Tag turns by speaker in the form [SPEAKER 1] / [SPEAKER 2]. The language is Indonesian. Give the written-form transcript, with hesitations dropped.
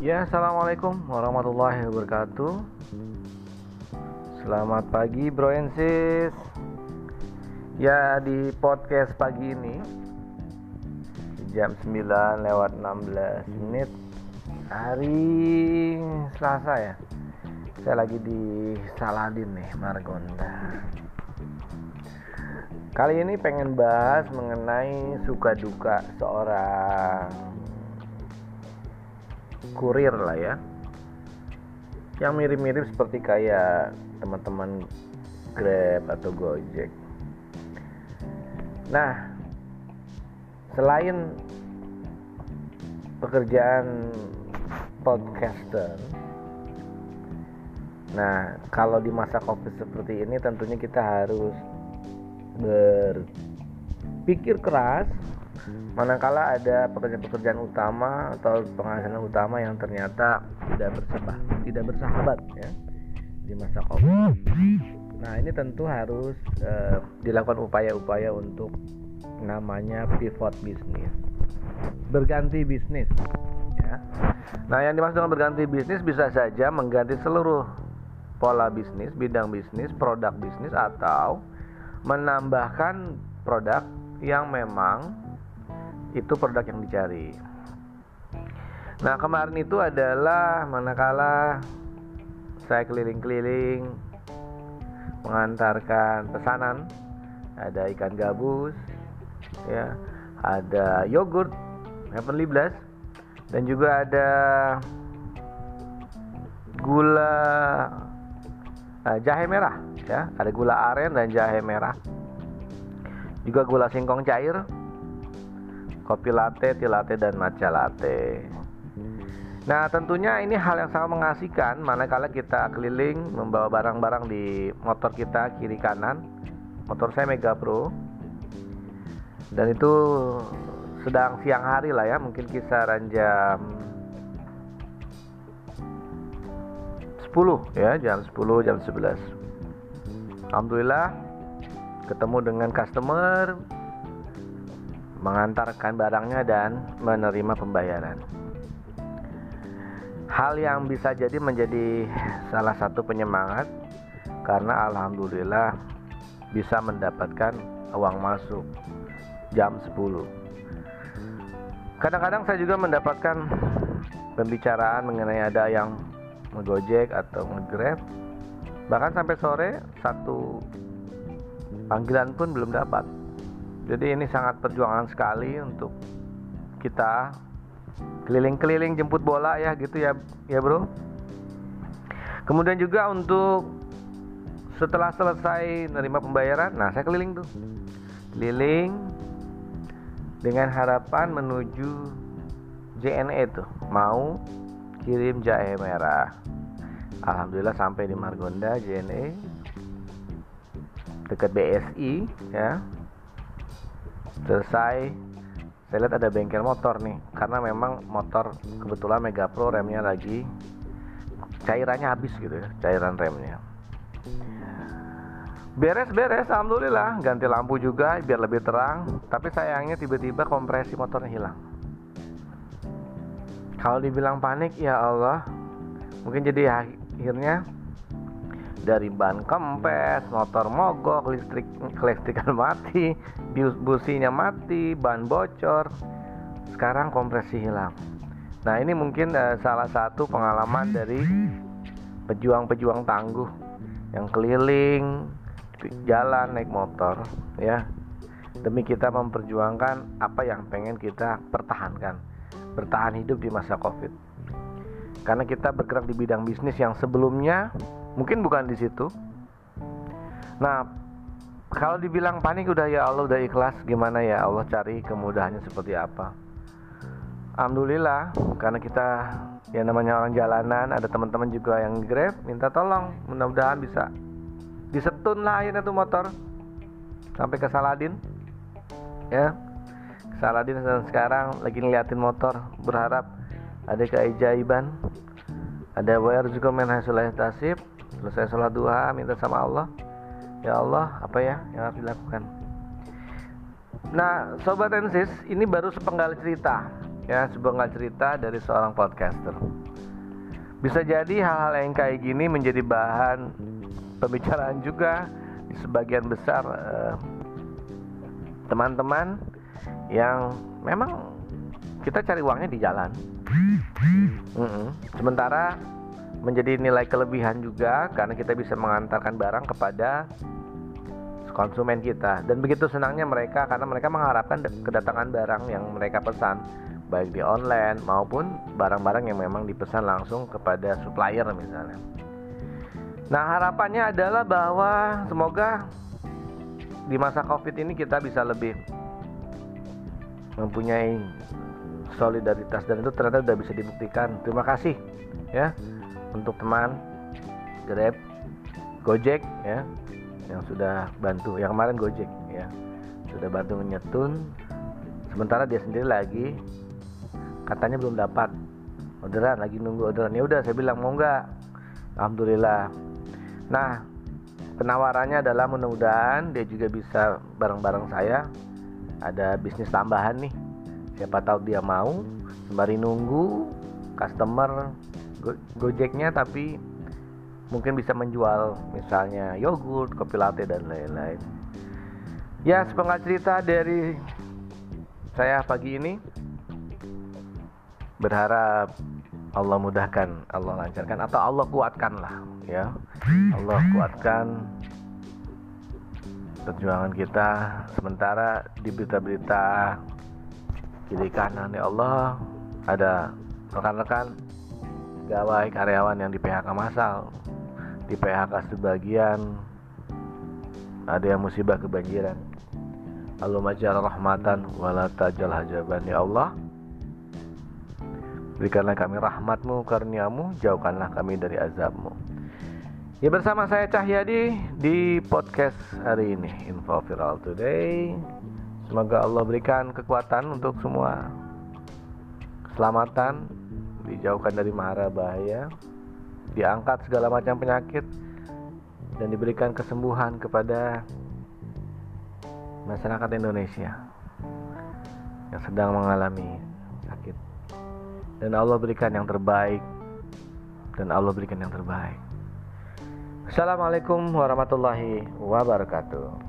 [SPEAKER 1] Ya, assalamualaikum warahmatullahi wabarakatuh. Selamat pagi bro and sis. Ya, di podcast pagi ini jam 9 lewat 16 menit hari Selasa ya. Saya lagi di Saladin nih, Margonda. Kali ini pengen bahas mengenai suka duka seorang kurir lah ya, yang mirip-mirip seperti kayak teman-teman Grab atau Gojek. Nah, selain pekerjaan podcaster, nah kalau di masa COVID seperti ini tentunya kita harus berpikir keras manakala ada pekerjaan-pekerjaan utama atau penghasilan utama yang ternyata tidak bersahabat ya di masa COVID. Nah, ini tentu harus dilakukan upaya-upaya untuk namanya pivot bisnis, berganti bisnis ya. Nah, yang dimaksud dengan berganti bisnis bisa saja mengganti seluruh pola bisnis, bidang bisnis, produk bisnis, atau menambahkan produk yang memang itu produk yang dicari. Nah, kemarin itu adalah manakala saya keliling-keliling mengantarkan pesanan. Ada ikan gabus ya, ada yogurt Heavenly Blast, dan juga ada gula jahe merah ya, ada gula aren dan jahe merah, juga gula singkong cair, kopi latte, tea latte, dan matcha latte. Nah, tentunya ini hal yang sangat mengasihkan manakala kita keliling membawa barang-barang di motor kita kiri kanan. Motor saya Mega Pro, dan itu sedang siang hari lah ya, mungkin kisaran jam 10 ya, jam 10, jam 11. Alhamdulillah ketemu dengan customer, mengantarkan barangnya dan menerima pembayaran. Hal yang bisa jadi menjadi salah satu penyemangat karena alhamdulillah bisa mendapatkan uang masuk jam 10. Kadang-kadang saya juga mendapatkan pembicaraan mengenai ada yang nge-Gojek atau nge-Grab, bahkan sampai sore satu panggilan pun belum dapat. Jadi ini sangat perjuangan sekali untuk kita keliling-keliling jemput bola ya gitu ya bro. Kemudian juga untuk setelah selesai menerima pembayaran, nah saya keliling dengan harapan menuju JNE tuh, mau kirim jahe merah. Alhamdulillah sampai di Margonda JNE dekat BSI ya. Selesai, saya lihat ada bengkel motor nih, karena memang motor kebetulan Mega Pro remnya lagi cairannya habis gitu ya, cairan remnya. Beres, alhamdulillah, ganti lampu juga biar lebih terang. Tapi sayangnya tiba-tiba kompresi motornya hilang. Kalau dibilang panik, ya Allah, mungkin jadi akhirnya dari ban kempes, motor mogok, kelistrikan mati, businya mati, ban bocor, sekarang kompresi hilang. Nah, ini mungkin salah satu pengalaman dari pejuang-pejuang tangguh yang keliling jalan naik motor ya, demi kita memperjuangkan apa yang pengen kita pertahankan, bertahan hidup di masa COVID. Karena kita bergerak di bidang bisnis yang sebelumnya mungkin bukan di situ. Nah, kalau dibilang panik udah ya Allah, udah ikhlas, gimana ya Allah cari kemudahannya seperti apa. Alhamdulillah, karena kita ya namanya orang jalanan, ada teman-teman juga yang Grab, minta tolong, mudah-mudahan bisa disetun lah akhirnya tuh motor sampai ke Saladin ya, Saladin. Dan sekarang lagi ngeliatin motor, berharap ada keajaiban, ada wa yarzuqu min haitsu la yahtasib. Selesai sholat duha, minta sama Allah, ya Allah apa ya yang harus dilakukan. Nah, sobat and sis, ini baru sepenggal cerita ya, sebuah cerita dari seorang podcaster. Bisa jadi hal-hal yang kayak gini menjadi bahan pembicaraan juga di sebagian besar teman-teman yang memang kita cari uangnya di jalan. Sementara menjadi nilai kelebihan juga karena kita bisa mengantarkan barang kepada konsumen kita. Dan begitu senangnya mereka karena mereka mengharapkan kedatangan barang yang mereka pesan, baik di online maupun barang-barang yang memang dipesan langsung kepada supplier misalnya. Nah, harapannya adalah bahwa semoga di masa Covid ini kita bisa lebih mempunyai solidaritas, dan itu ternyata sudah bisa dibuktikan. Terima kasih ya untuk teman Grab, Gojek ya yang sudah bantu, yang kemarin Gojek ya sudah bantu menyetun, sementara dia sendiri lagi katanya belum dapat orderan, lagi nunggu orderan. Ya udah, saya bilang mau nggak, alhamdulillah. Nah, penawarannya adalah mudah-mudahan dia juga bisa bareng-bareng saya ada bisnis tambahan nih, siapa tahu dia mau sembari nunggu customer Gojeknya, tapi mungkin bisa menjual misalnya yogurt, kopi latte dan lain-lain. Ya, sepenggal cerita dari saya pagi ini. Berharap Allah mudahkan, Allah lancarkan, atau Allah kuatkan lah ya. Allah kuatkan perjuangan kita. Sementara di berita-berita kiri kanan, ya Allah, ada rekan-rekan pegawai karyawan yang di PHK massal, di PHK sebagian, ada yang musibah kebanjiran. Allahumma ja'al rahmatan wala tajal hajaban. Ya Allah, berikanlah kami rahmat-Mu, karunia-Mu, jauhkanlah kami dari azab-Mu. Ya, bersama saya Cahyadi di podcast hari ini, Info Viral Today. Semoga Allah berikan kekuatan untuk semua, keselamatan, dijauhkan dari mara bahaya, diangkat segala macam penyakit, dan diberikan kesembuhan kepada masyarakat Indonesia yang sedang mengalami sakit. Dan Allah berikan yang terbaik, dan Allah berikan yang terbaik. Assalamualaikum warahmatullahi wabarakatuh.